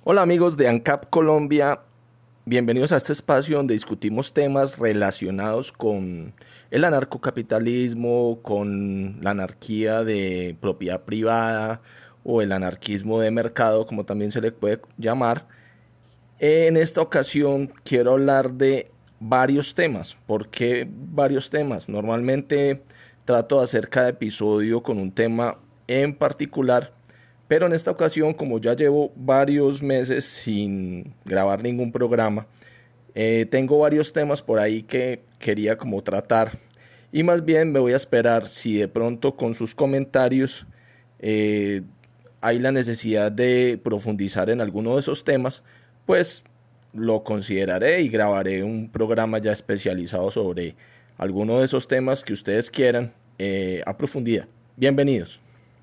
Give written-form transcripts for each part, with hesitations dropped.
Hola amigos de ANCAP Colombia, bienvenidos a este espacio donde discutimos temas relacionados con el anarcocapitalismo, con la anarquía de propiedad privada o el anarquismo de mercado, como también se le puede llamar. En esta ocasión quiero hablar de varios temas. ¿Por qué varios temas? Normalmente trato de hacer cada episodio con un tema en particular, pero en esta ocasión, como ya llevo varios meses sin grabar ningún programa, tengo varios temas por ahí que quería como tratar. Y más bien me voy a esperar si de pronto con sus comentarios eh, hay la necesidad de profundizar en alguno de esos temas, pues lo consideraré y grabaré un programa ya especializado sobre alguno de esos temas que ustedes quieran a profundidad. Bienvenidos.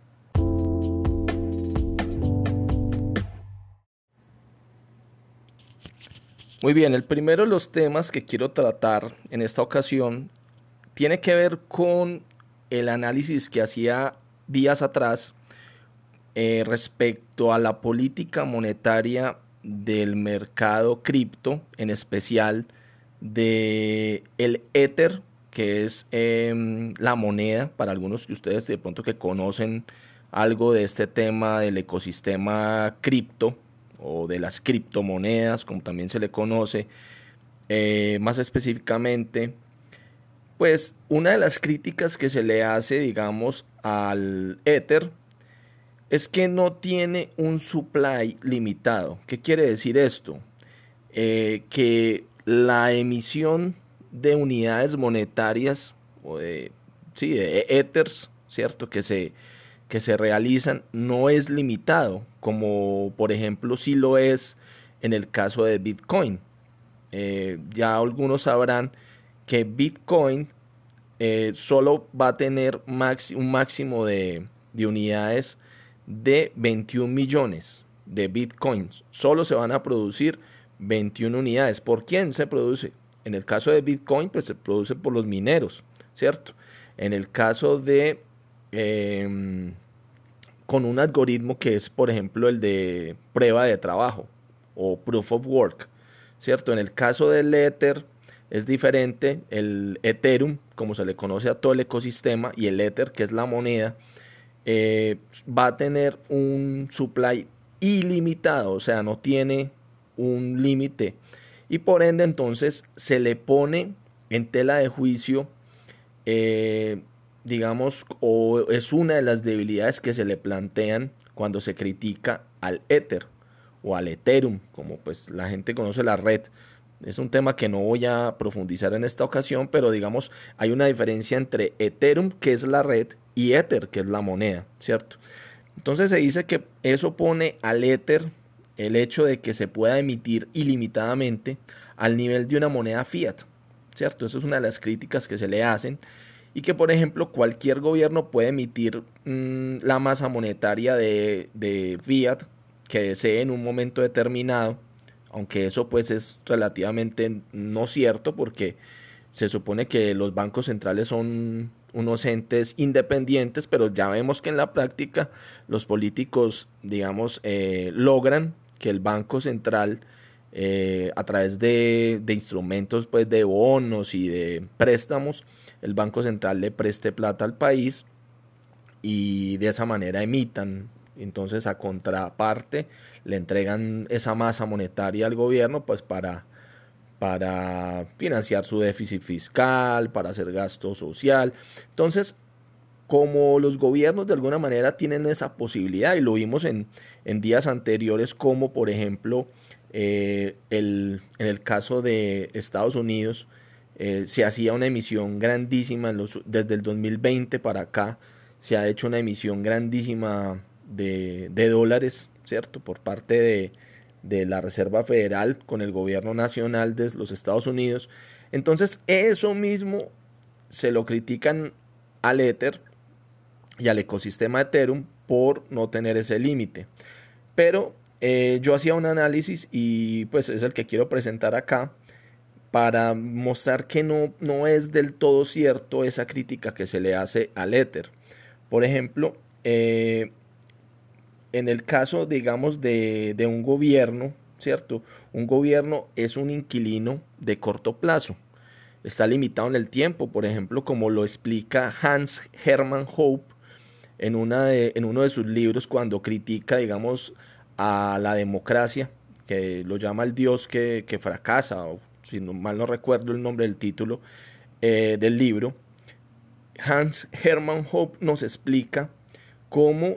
Muy bien, el primero de los temas que quiero tratar en esta ocasión tiene que ver con el análisis que hacía días atrás respecto a la política monetaria del mercado cripto, en especial de el Ether, que es la moneda para algunos de ustedes de pronto que conocen algo de este tema del ecosistema cripto o de las criptomonedas, como también se le conoce, más específicamente, pues una de las críticas que se le hace, digamos, al Ether es que no tiene un supply limitado. ¿Qué quiere decir esto? Que la emisión de unidades monetarias o de, sí, de ethers, ¿cierto? Que se realizan no es limitado, como por ejemplo sí lo es en el caso de Bitcoin. Ya algunos sabrán que Bitcoin solo va a tener un máximo de unidades de 21 millones de bitcoins. Solo se van a producir 21 unidades. ¿Por quién se produce? En el caso de Bitcoin, pues se produce por los mineros, ¿cierto? En el caso de con un algoritmo que es, por ejemplo, el de prueba de trabajo o proof of work, ¿cierto? En el caso del Ether es diferente, el Ethereum, como se le conoce a todo el ecosistema, y el Ether, que es la moneda, va a tener un supply ilimitado, o sea, no tiene un límite. Y por ende, entonces, se le pone en tela de juicio eh, digamos, o es una de las debilidades que se le plantean cuando se critica al Ether o al Ethereum, como pues la gente conoce la red. Es un tema que no voy a profundizar en esta ocasión, pero digamos, hay una diferencia entre Ethereum, que es la red, y Ether, que es la moneda, ¿cierto? Entonces se dice que eso pone al Ether el hecho de que se pueda emitir ilimitadamente al nivel de una moneda fiat, ¿cierto? Eso es una de las críticas que se le hacen y que, por ejemplo, cualquier gobierno puede emitir la masa monetaria de fiat que desee en un momento determinado, aunque eso pues es relativamente no cierto porque se supone que los bancos centrales son unos entes independientes, pero ya vemos que en la práctica los políticos, digamos, logran que el Banco Central, a través de instrumentos pues, de bonos y de préstamos, el Banco Central le preste plata al país y de esa manera emitan. Entonces, a contraparte, le entregan esa masa monetaria al gobierno pues para financiar su déficit fiscal, para hacer gasto social. Entonces, como los gobiernos de alguna manera tienen esa posibilidad, y lo vimos en días anteriores, como por ejemplo en el caso de Estados Unidos, se hacía una emisión grandísima desde el 2020 para acá, se ha hecho una emisión grandísima de dólares, ¿cierto? Por parte de la Reserva Federal con el gobierno nacional de los Estados Unidos. Entonces, eso mismo se lo critican al Ether y al ecosistema Ethereum por no tener ese límite. Pero yo hacía un análisis y pues es el que quiero presentar acá para mostrar que no es del todo cierto esa crítica que se le hace al Ether. Por ejemplo, en el caso, digamos, de un gobierno, ¿cierto? Un gobierno es un inquilino de corto plazo. Está limitado en el tiempo, por ejemplo, como lo explica Hans Hermann Hoppe en uno de sus libros cuando critica, digamos, a la democracia, que lo llama el dios que fracasa, o si no, mal no recuerdo el nombre del título del libro. Hans Hermann Hoppe nos explica cómo,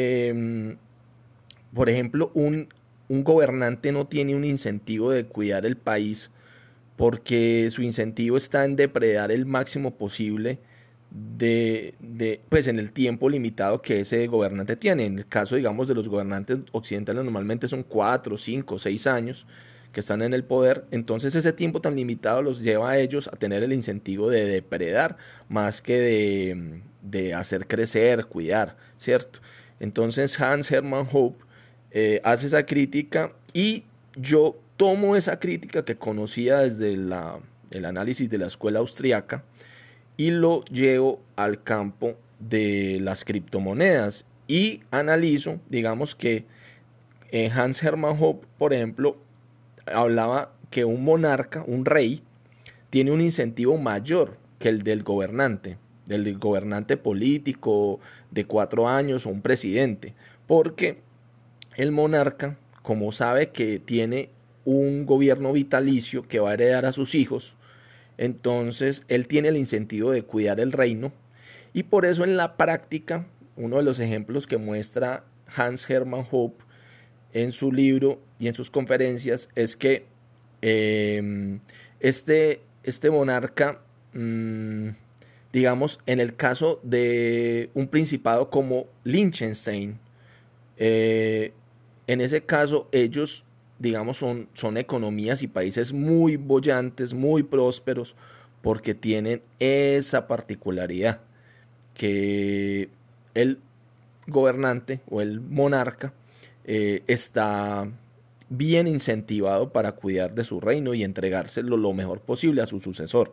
por ejemplo, un gobernante no tiene un incentivo de cuidar el país porque su incentivo está en depredar el máximo posible pues en el tiempo limitado que ese gobernante tiene. En el caso, digamos, de los gobernantes occidentales normalmente son 4, 5, 6 años que están en el poder, entonces ese tiempo tan limitado los lleva a ellos a tener el incentivo de depredar más que de hacer crecer, cuidar, ¿cierto? Entonces Hans Hermann Hoppe hace esa crítica y yo tomo esa crítica que conocía desde el análisis de la escuela austriaca y lo llevo al campo de las criptomonedas y analizo, digamos que Hans Hermann Hoppe, por ejemplo, hablaba que un monarca, un rey, tiene un incentivo mayor que el del gobernante político de 4 años o un presidente, porque el monarca, como sabe que tiene un gobierno vitalicio que va a heredar a sus hijos, entonces él tiene el incentivo de cuidar el reino y por eso en la práctica, uno de los ejemplos que muestra Hans Hermann Hoppe en su libro y en sus conferencias es que este monarca, digamos, en el caso de un principado como Liechtenstein, eh, en ese caso ellos, digamos, son economías y países muy bollantes, muy prósperos, porque tienen esa particularidad, que el gobernante o el monarca está bien incentivado para cuidar de su reino y entregárselo lo mejor posible a su sucesor.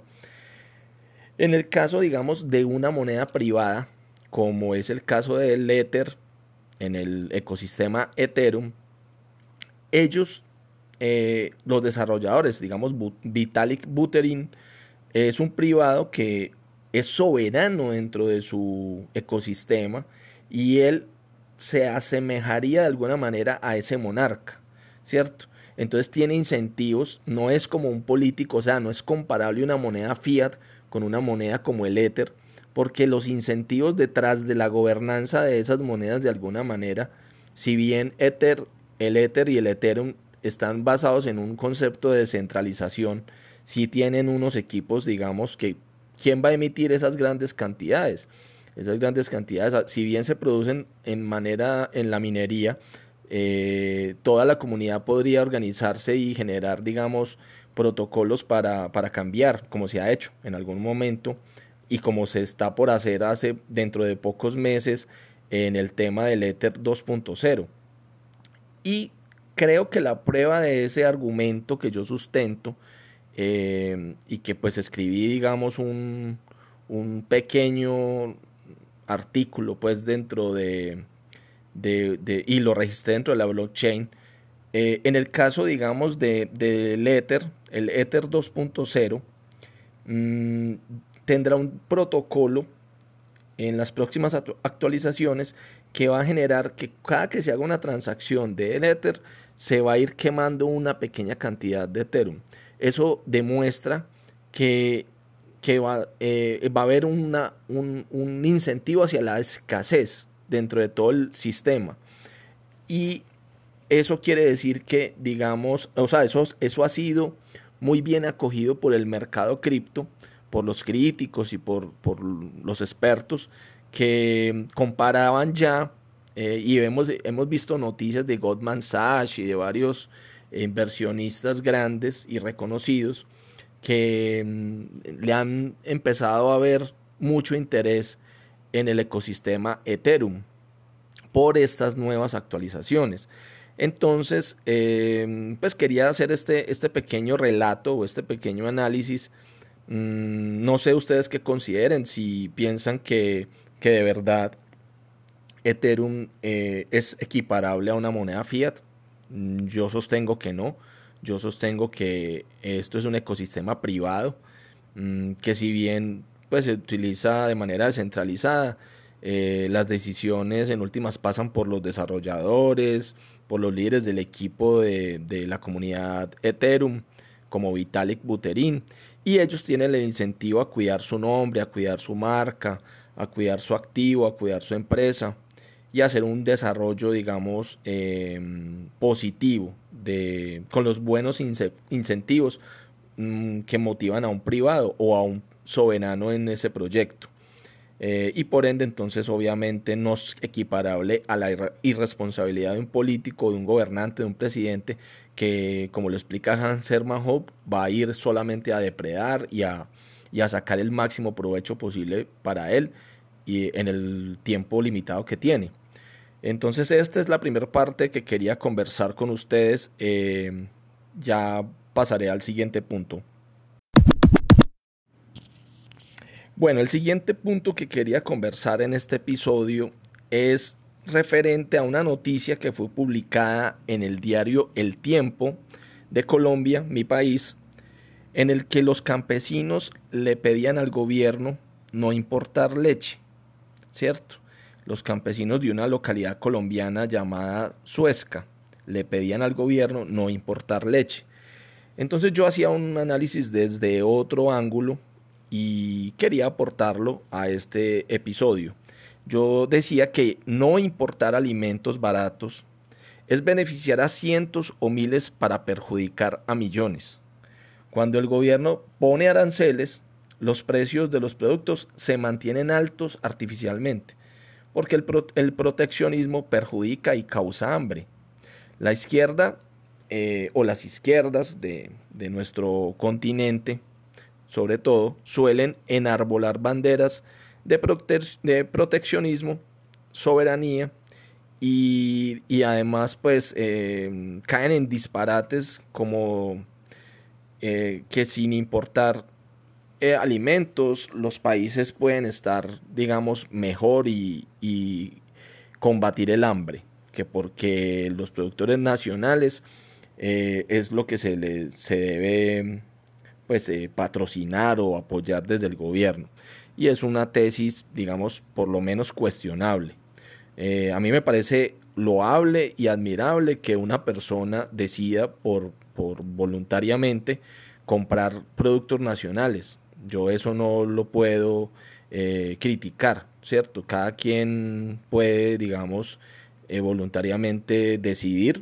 En el caso, digamos, de una moneda privada, como es el caso del Ether en el ecosistema Ethereum, ellos, los desarrolladores, digamos, Vitalik Buterin, es un privado que es soberano dentro de su ecosistema y él se asemejaría de alguna manera a ese monarca, ¿cierto? Entonces tiene incentivos, no es como un político, o sea, no es comparable una moneda fiat con una moneda como el Ether, porque los incentivos detrás de la gobernanza de esas monedas de alguna manera, si bien el Ether y el Ethereum están basados en un concepto de descentralización, sí tienen unos equipos, digamos, que ¿quién va a emitir esas grandes cantidades? Esas grandes cantidades, si bien se producen en la minería, toda la comunidad podría organizarse y generar, digamos, protocolos para cambiar, como se ha hecho en algún momento y como se está por hacer hace dentro de pocos meses en el tema del Ether 2.0. Y creo que la prueba de ese argumento que yo sustento y que pues escribí, digamos, un pequeño artículo pues dentro y lo registré dentro de la blockchain. En el caso, digamos, del Ether, el Ether 2.0, mmm, tendrá un protocolo en las próximas actualizaciones que va a generar que cada que se haga una transacción de Ether se va a ir quemando una pequeña cantidad de Ethereum. Eso demuestra que, va a haber un incentivo hacia la escasez dentro de todo el sistema. Y eso quiere decir que, digamos, o sea, eso ha sido muy bien acogido por el mercado cripto, por los críticos y por los expertos que comparaban ya y hemos visto noticias de Goldman Sachs y de varios inversionistas grandes y reconocidos que le han empezado a ver mucho interés en el ecosistema Ethereum por estas nuevas actualizaciones. Entonces, pues quería hacer este pequeño relato o este pequeño análisis. No sé ustedes qué consideren, si piensan que de verdad Ethereum es equiparable a una moneda fiat. Yo sostengo que no. Yo sostengo que esto es un ecosistema privado, que si bien pues se utiliza de manera descentralizada, las decisiones en últimas pasan por los desarrolladores, por los líderes del equipo de la comunidad Ethereum, como Vitalik Buterin, y ellos tienen el incentivo a cuidar su nombre, a cuidar su marca, a cuidar su activo, a cuidar su empresa y hacer un desarrollo, digamos, positivo, con los buenos incentivos que motivan a un privado o a un soberano en ese proyecto. Y por ende, entonces, obviamente, no es equiparable a la irresponsabilidad de un político, de un gobernante, de un presidente, que, como lo explica Hans Hermann Hoppe, va a ir solamente a depredar y a sacar el máximo provecho posible para él y en el tiempo limitado que tiene. Entonces, esta es la primera parte que quería conversar con ustedes. Ya pasaré al siguiente punto. Bueno, el siguiente punto que quería conversar en este episodio es referente a una noticia que fue publicada en el diario El Tiempo de Colombia, mi país, en el que los campesinos le pedían al gobierno no importar leche, ¿cierto? Los campesinos de una localidad colombiana llamada Suezca le pedían al gobierno no importar leche. Entonces yo hacía un análisis desde otro ángulo y quería aportarlo a este episodio. Yo decía que no importar alimentos baratos es beneficiar a cientos o miles para perjudicar a millones. Cuando el gobierno pone aranceles, los precios de los productos se mantienen altos artificialmente, porque el proteccionismo perjudica y causa hambre. La izquierda o las izquierdas de nuestro continente, sobre todo, suelen enarbolar banderas de proteccionismo, soberanía y además pues caen en disparates como que sin importar alimentos, los países pueden estar, digamos, mejor y combatir el hambre, que porque los productores nacionales es lo que se debe pues patrocinar o apoyar desde el gobierno. Y es una tesis, digamos, por lo menos cuestionable. A mí me parece loable y admirable que una persona decida por voluntariamente comprar productos nacionales. Yo eso no lo puedo criticar, ¿cierto? Cada quien puede, digamos, voluntariamente decidir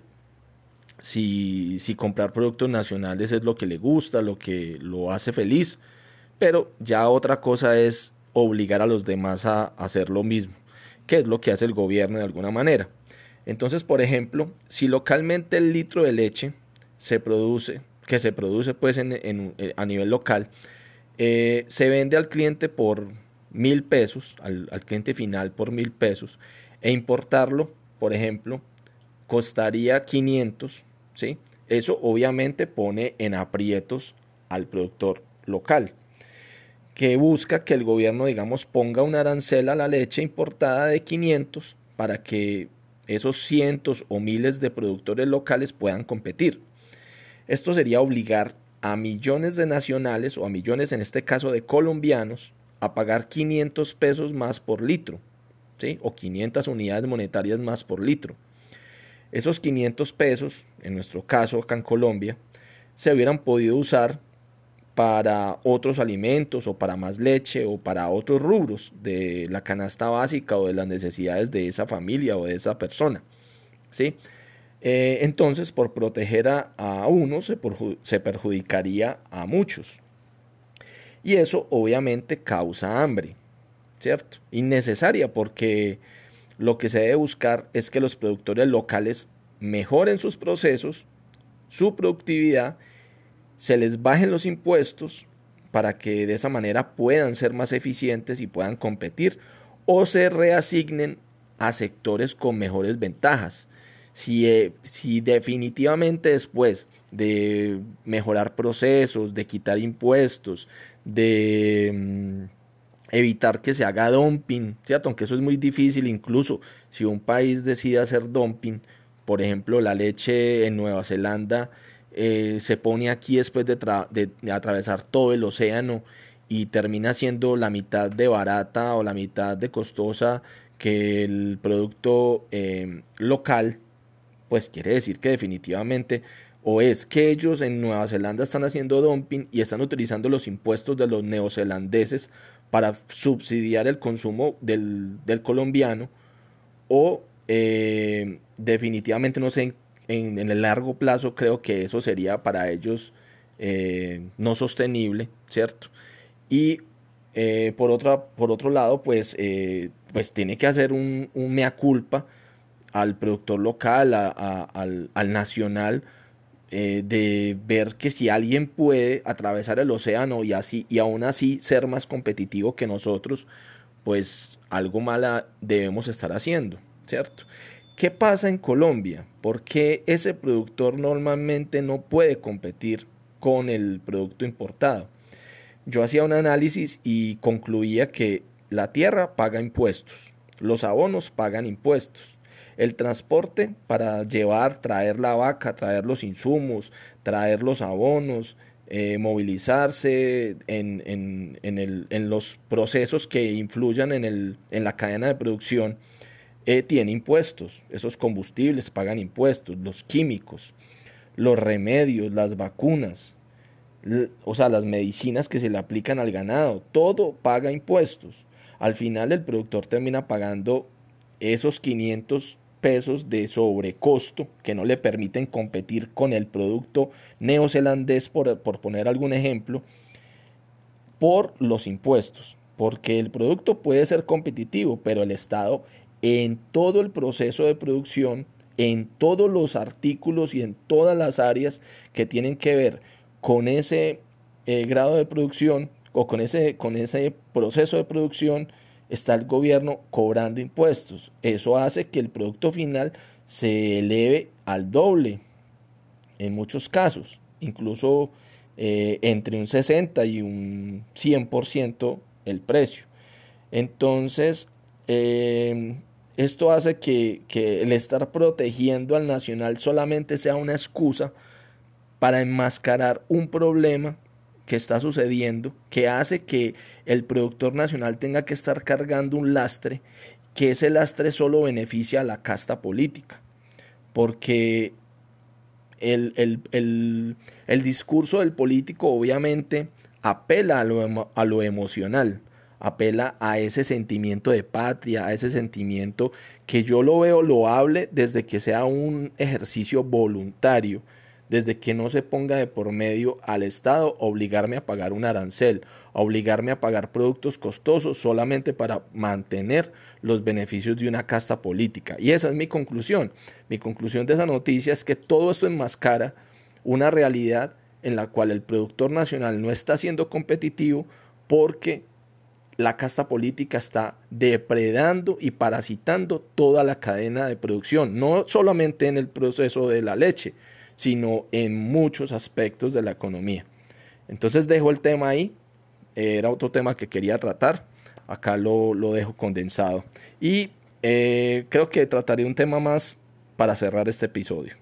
si comprar productos nacionales es lo que le gusta, lo que lo hace feliz, pero ya otra cosa es obligar a los demás a hacer lo mismo, que es lo que hace el gobierno de alguna manera. Entonces, por ejemplo, si localmente el litro de leche que se produce pues a nivel local, se vende al cliente por 1.000 pesos, al cliente final por 1.000 pesos, e importarlo, por ejemplo, costaría 500, ¿sí? Eso obviamente pone en aprietos al productor local, que busca que el gobierno, digamos, ponga un arancel a la leche importada de 500 para que esos cientos o miles de productores locales puedan competir. Esto sería obligar a millones de nacionales, o a millones en este caso de colombianos, a pagar 500 pesos más por litro, ¿sí? O 500 unidades monetarias más por litro. Esos 500 pesos, en nuestro caso acá en Colombia, se hubieran podido usar para otros alimentos o para más leche o para otros rubros de la canasta básica o de las necesidades de esa familia o de esa persona, ¿sí? Entonces, por proteger a uno se perjudicaría a muchos. Y eso obviamente causa hambre, ¿cierto? Innecesaria, porque lo que se debe buscar es que los productores locales mejoren sus procesos, su productividad, se les bajen los impuestos para que de esa manera puedan ser más eficientes y puedan competir, o se reasignen a sectores con mejores ventajas. Si definitivamente después de mejorar procesos, de quitar impuestos, de evitar que se haga dumping, ¿cierto? Aunque eso es muy difícil, incluso si un país decide hacer dumping, por ejemplo, la leche en Nueva Zelanda se pone aquí después de atravesar todo el océano y termina siendo la mitad de barata o la mitad de costosa que el producto local, pues quiere decir que definitivamente o es que ellos en Nueva Zelanda están haciendo dumping y están utilizando los impuestos de los neozelandeses para subsidiar el consumo del colombiano, o definitivamente no sé, en el largo plazo creo que eso sería para ellos no sostenible, ¿cierto? Y por otro lado, pues tiene que hacer un mea culpa al productor local, al nacional, de ver que si alguien puede atravesar el océano y así y aún así ser más competitivo que nosotros, pues algo mala debemos estar haciendo, ¿cierto? ¿Qué pasa en Colombia? ¿Por qué ese productor normalmente no puede competir con el producto importado? Yo hacía un análisis y concluía que la tierra paga impuestos, los abonos pagan impuestos, el transporte para llevar, traer la vaca, traer los insumos, traer los abonos, movilizarse en los procesos que influyan en la cadena de producción, tiene impuestos. Esos combustibles pagan impuestos, los químicos, los remedios, las vacunas, o sea, las medicinas que se le aplican al ganado, todo paga impuestos. Al final el productor termina pagando esos 500 pesos de sobrecosto que no le permiten competir con el producto neozelandés, por poner algún ejemplo, por los impuestos. Porque el producto puede ser competitivo, pero el Estado en todo el proceso de producción, en todos los artículos y en todas las áreas que tienen que ver con ese grado de producción o con ese proceso de producción, está el gobierno cobrando impuestos. Eso hace que el producto final se eleve al doble en muchos casos, incluso entre un 60 y un 100% el precio. Entonces, esto hace que el estar protegiendo al nacional solamente sea una excusa para enmascarar un problema que está sucediendo, que hace que el productor nacional tenga que estar cargando un lastre, que ese lastre solo beneficia a la casta política, porque el discurso del político obviamente apela a lo emocional, apela a ese sentimiento de patria, a ese sentimiento que yo lo veo loable desde que sea un ejercicio voluntario, desde que no se ponga de por medio al Estado obligarme a pagar un arancel, obligarme a pagar productos costosos solamente para mantener los beneficios de una casta política. Y esa es mi conclusión. Mi conclusión de esa noticia es que todo esto enmascara una realidad en la cual el productor nacional no está siendo competitivo porque la casta política está depredando y parasitando toda la cadena de producción, no solamente en el proceso de la leche, sino en muchos aspectos de la economía. Entonces dejo el tema ahí, era otro tema que quería tratar, acá lo dejo condensado. Y creo que trataré un tema más para cerrar este episodio.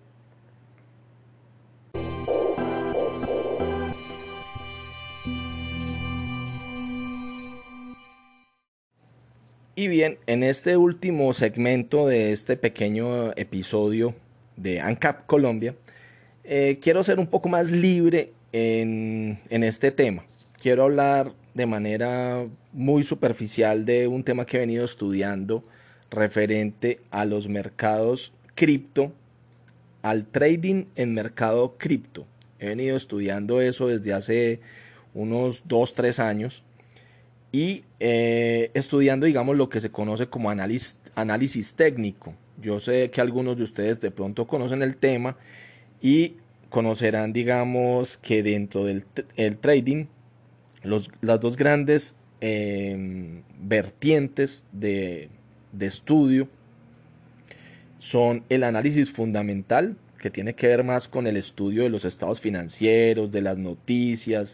Y bien, en este último segmento de este pequeño episodio de ANCAP Colombia, quiero ser un poco más libre en este tema. Quiero hablar de manera muy superficial de un tema que he venido estudiando referente a los mercados cripto, al trading en mercado cripto. He venido estudiando eso desde hace unos 2 3 años y estudiando, digamos, lo que se conoce como análisis técnico. Yo sé que algunos de ustedes de pronto conocen el tema y conocerán, digamos, que dentro del el trading, las dos grandes vertientes de estudio son el análisis fundamental, que tiene que ver más con el estudio de los estados financieros, de las noticias,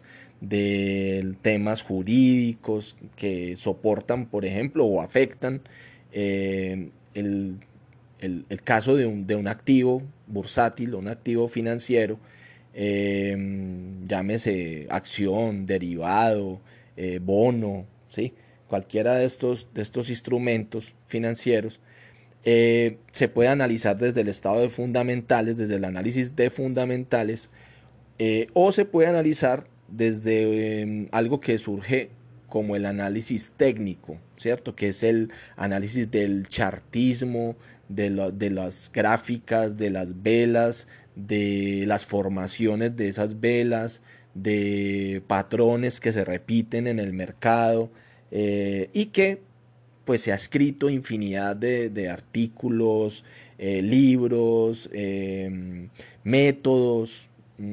de temas jurídicos que soportan, por ejemplo, o afectan el, el caso de un activo bursátil, un activo financiero, eh, llámese acción, derivado, bono, ¿sí? Cualquiera de estos instrumentos financieros, se puede analizar desde el estado de fundamentales, desde el análisis de fundamentales, o se puede analizar desde algo que surge como el análisis técnico, ¿cierto? Que es el análisis del chartismo, de las gráficas, de las velas, de las formaciones de esas velas, de patrones que se repiten en el mercado, y que pues se ha escrito infinidad de artículos, libros, métodos,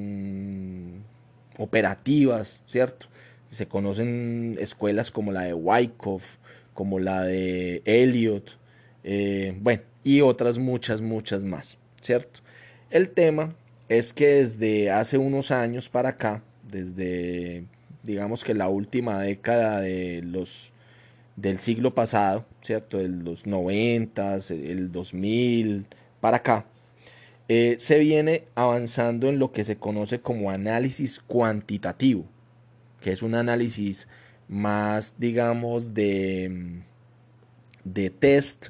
operativas, ¿cierto? Se conocen escuelas como la de Wyckoff, como la de Eliot, bueno, y otras muchas más, ¿cierto? El tema es que desde hace unos años para acá, desde digamos que la última década del siglo pasado, ¿cierto? De los 90, el 2000 para acá, se viene avanzando en lo que se conoce como análisis cuantitativo, que es un análisis más, digamos, de test,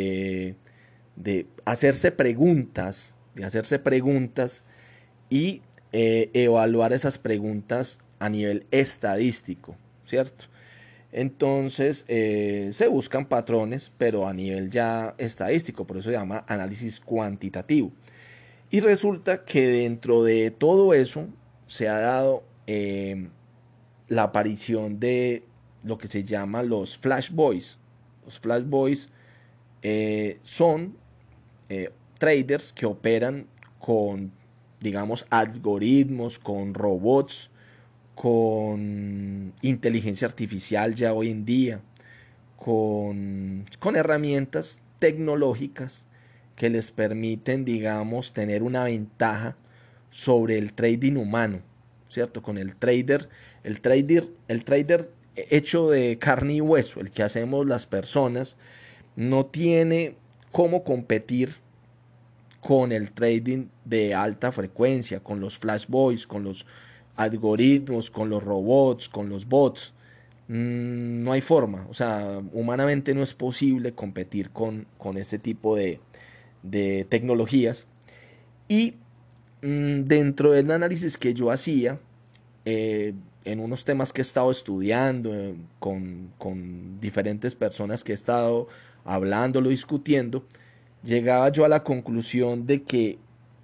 de hacerse preguntas y evaluar esas preguntas a nivel estadístico, ¿cierto? Entonces se buscan patrones, pero a nivel ya estadístico, por eso se llama análisis cuantitativo. Y resulta que dentro de todo eso se ha dado la aparición de lo que se llama los Flash Boys. Los Flash Boys son traders que operan con, digamos, algoritmos, con robots, con inteligencia artificial ya hoy en día, con herramientas tecnológicas que les permiten, digamos, tener una ventaja sobre el trading humano, ¿cierto? Con el trader hecho de carne y hueso, el que hacemos las personas, no tiene cómo competir con el trading de alta frecuencia, con los flash boys, con los algoritmos, con los robots, con los bots. No hay forma, o sea, humanamente no es posible competir con este tipo de tecnologías. Y dentro del análisis que yo hacía, en unos temas que he estado estudiando, con diferentes personas que he estado hablándolo, discutiendo, llegaba yo a la conclusión de que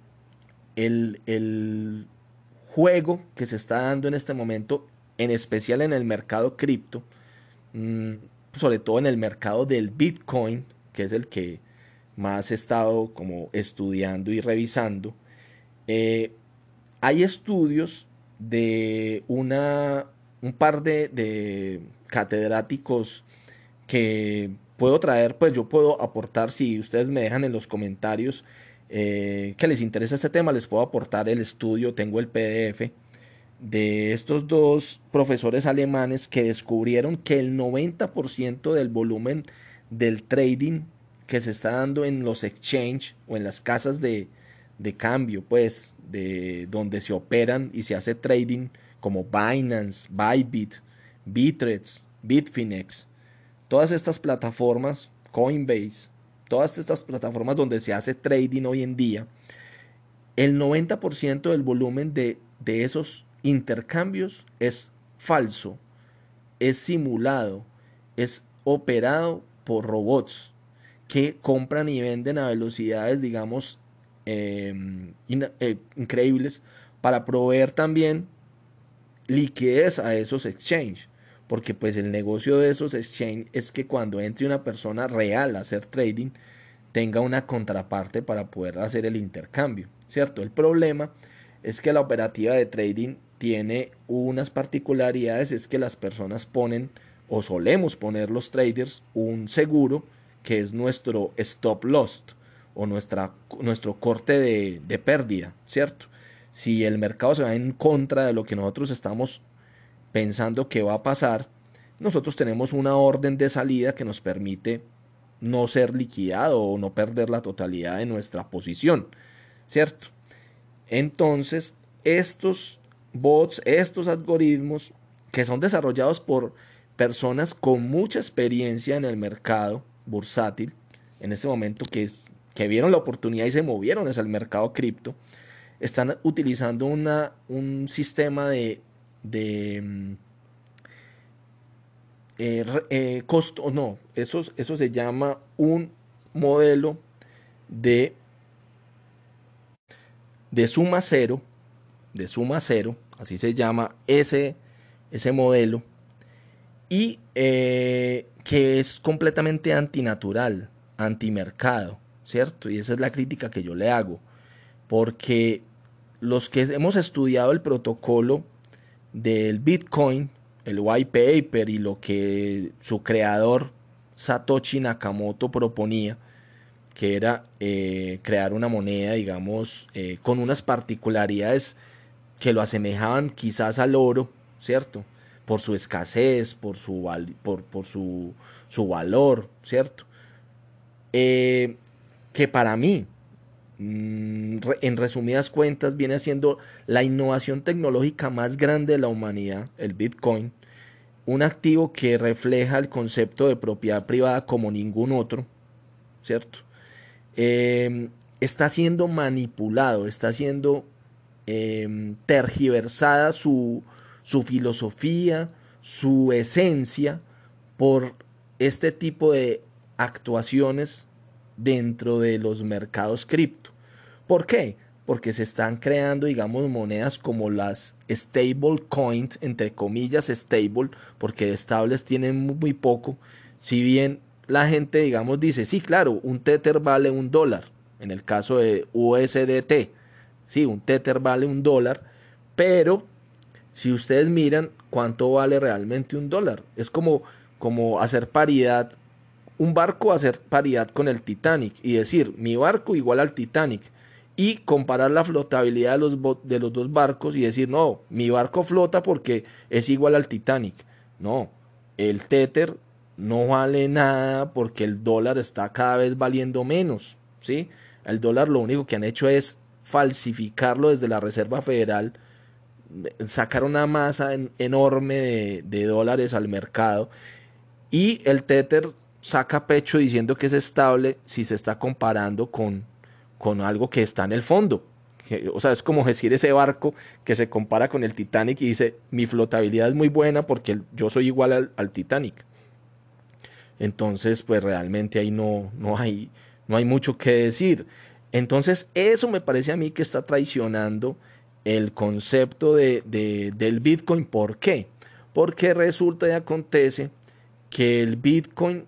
el juego que se está dando en este momento, en especial en el mercado cripto, mmm, sobre todo en el mercado del Bitcoin, que es el que más he estado como estudiando y revisando, eh, hay estudios de un par de catedráticos que puedo traer, pues yo puedo aportar, si ustedes me dejan en los comentarios que les interesa este tema, les puedo aportar el estudio, tengo el PDF de estos dos profesores alemanes que descubrieron que el 90% del volumen del trading que se está dando en los exchange o en las casas de cambio, pues, de donde se operan y se hace trading, como Binance, Bybit, Bittrex, Bitfinex, todas estas plataformas, Coinbase, todas estas plataformas donde se hace trading hoy en día, el 90% del volumen de esos intercambios es falso, es simulado, es operado por robots que compran y venden a velocidades, digamos, increíbles para proveer también liquidez a esos exchange. Porque pues el negocio de esos exchange es que cuando entre una persona real a hacer trading, tenga una contraparte para poder hacer el intercambio, ¿cierto? El problema es que la operativa de trading tiene unas particularidades, es que las personas ponen o solemos poner los traders un seguro que es nuestro stop loss o nuestro corte de pérdida, ¿cierto? Si el mercado se va en contra de lo que nosotros estamos pensando que va a pasar, nosotros tenemos una orden de salida que nos permite no ser liquidado o no perder la totalidad de nuestra posición, ¿cierto? Entonces, estos bots, estos algoritmos que son desarrollados por personas con mucha experiencia en el mercado bursátil, en este momento que vieron la oportunidad y se movieron hacia el mercado cripto, están utilizando un sistema de costo, no, eso se llama un modelo de, de suma cero, de suma cero, así se llama ese modelo, y que es completamente antinatural, antimercado, ¿cierto? Y esa es la crítica que yo le hago, porque los que hemos estudiado el protocolo del Bitcoin, el white paper y lo que su creador Satoshi Nakamoto proponía, que era crear una moneda, digamos, con unas particularidades que lo asemejaban quizás al oro, ¿cierto? Por su escasez, por su valor, ¿cierto? Eh, que para mí, en resumidas cuentas, viene siendo la innovación tecnológica más grande de la humanidad, el Bitcoin, un activo que refleja el concepto de propiedad privada como ningún otro, ¿cierto? Está siendo manipulado, está siendo tergiversada su filosofía, su esencia por este tipo de actuaciones dentro de los mercados cripto. ¿Por qué? Porque se están creando, digamos, monedas como las stable coins, entre comillas stable, porque estables tienen muy poco. Si bien la gente, digamos, dice, sí, claro, un Tether vale $1, en el caso de USDT, sí, un Tether vale $1, pero si ustedes miran cuánto vale realmente $1, es como hacer paridad, un barco hacer paridad con el Titanic y decir, mi barco igual al Titanic, y comparar la flotabilidad de los dos barcos y decir, no, mi barco flota porque es igual al Titanic. No, el Tether no vale nada porque el dólar está cada vez valiendo menos, ¿sí? El dólar lo único que han hecho es falsificarlo desde la Reserva Federal, sacar una masa enorme de dólares al mercado, y el Tether saca pecho diciendo que es estable si se está comparando con algo que está en el fondo. O sea, es como decir ese barco que se compara con el Titanic y dice, mi flotabilidad es muy buena porque yo soy igual al Titanic. Entonces, pues realmente ahí no hay mucho que decir. Entonces, eso me parece a mí que está traicionando el concepto del Bitcoin. ¿Por qué? Porque resulta y acontece que el Bitcoin,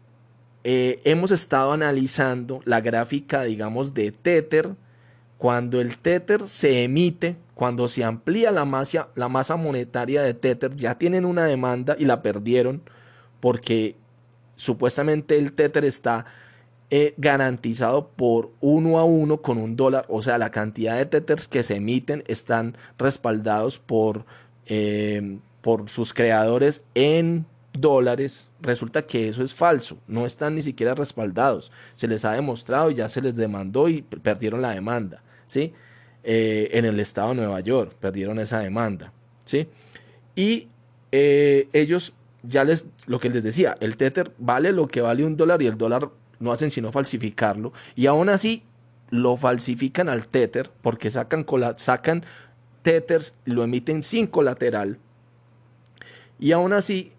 hemos estado analizando la gráfica, digamos, de Tether. Cuando el Tether se emite, cuando se amplía la masa monetaria de Tether, ya tienen una demanda y la perdieron porque supuestamente el Tether está garantizado por 1 a 1 con $1. O sea, la cantidad de Tethers que se emiten están respaldados por sus creadores en dólares. Resulta que eso es falso, no están ni siquiera respaldados. Se les ha demostrado y ya se les demandó y perdieron la demanda, ¿sí? En el estado de Nueva York perdieron esa demanda, ¿sí? Y ellos, lo que les decía, el Tether vale lo que vale $1 y el dólar no hacen sino falsificarlo. Y aún así lo falsifican al Tether porque sacan Tethers y lo emiten sin colateral. Y aún así,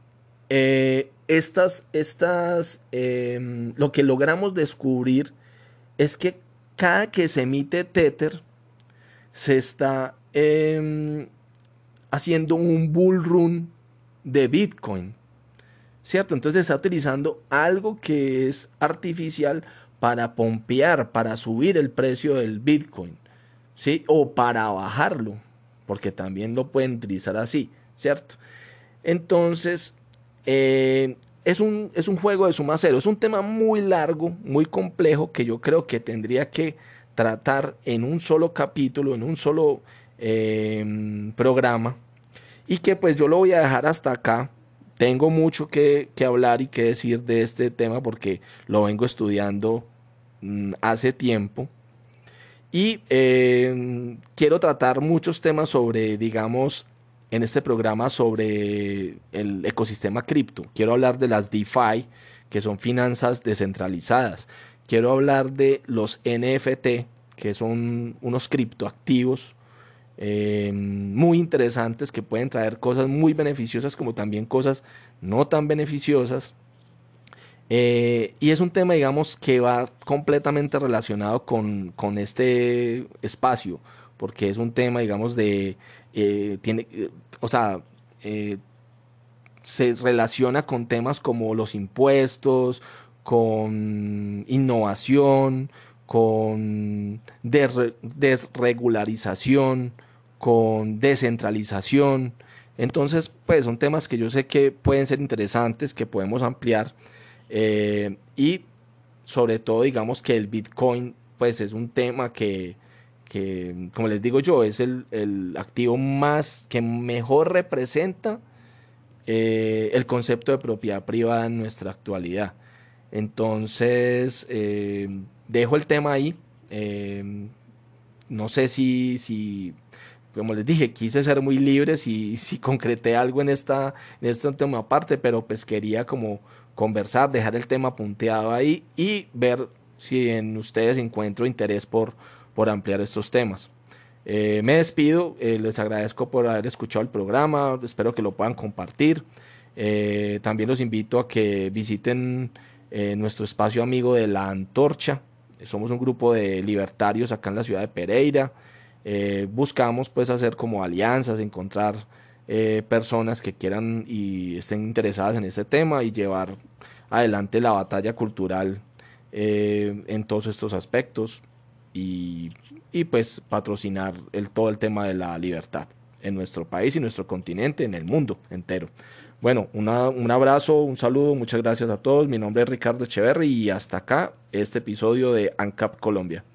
lo que logramos descubrir es que cada que se emite Tether se está haciendo un bull run de Bitcoin, ¿cierto? Entonces está utilizando algo que es artificial para pompear, para subir el precio del Bitcoin, ¿sí? O para bajarlo, porque también lo pueden utilizar así, ¿cierto? Entonces, es un juego de suma cero, es un tema muy largo, muy complejo, que yo creo que tendría que tratar en un solo capítulo, en un solo programa, y que pues yo lo voy a dejar hasta acá. Tengo mucho que hablar y que decir de este tema porque lo vengo estudiando hace tiempo y quiero tratar muchos temas sobre, digamos, en este programa sobre el ecosistema cripto. Quiero hablar de las DeFi, que son finanzas descentralizadas. Quiero hablar de los NFT, que son unos criptoactivos muy interesantes que pueden traer cosas muy beneficiosas como también cosas no tan beneficiosas. Y es un tema, digamos, que va completamente relacionado con este espacio, porque es un tema, digamos, tiene, o sea, eh, se relaciona con temas como los impuestos, con innovación, con desregularización, con descentralización. Entonces, pues son temas que yo sé que pueden ser interesantes, que podemos ampliar y sobre todo, digamos que el Bitcoin, pues es un tema que como les digo yo, es el activo más que mejor representa el concepto de propiedad privada en nuestra actualidad. Entonces, dejo el tema ahí. Eh, no sé si, como les dije, quise ser muy libre, si concreté algo en este tema aparte, pero pues quería como conversar, dejar el tema punteado ahí y ver si en ustedes encuentro interés por ampliar estos temas. Me despido, les agradezco por haber escuchado el programa, espero que lo puedan compartir. También los invito a que visiten nuestro espacio amigo de La Antorcha. Somos un grupo de libertarios acá en la ciudad de Pereira. Buscamos pues hacer como alianzas, encontrar personas que quieran y estén interesadas en este tema y llevar adelante la batalla cultural en todos estos aspectos y, y pues patrocinar todo el tema de la libertad en nuestro país y nuestro continente, en el mundo entero. Bueno, un abrazo, un saludo, muchas gracias a todos. Mi nombre es Ricardo Echeverry y hasta acá este episodio de ANCAP Colombia.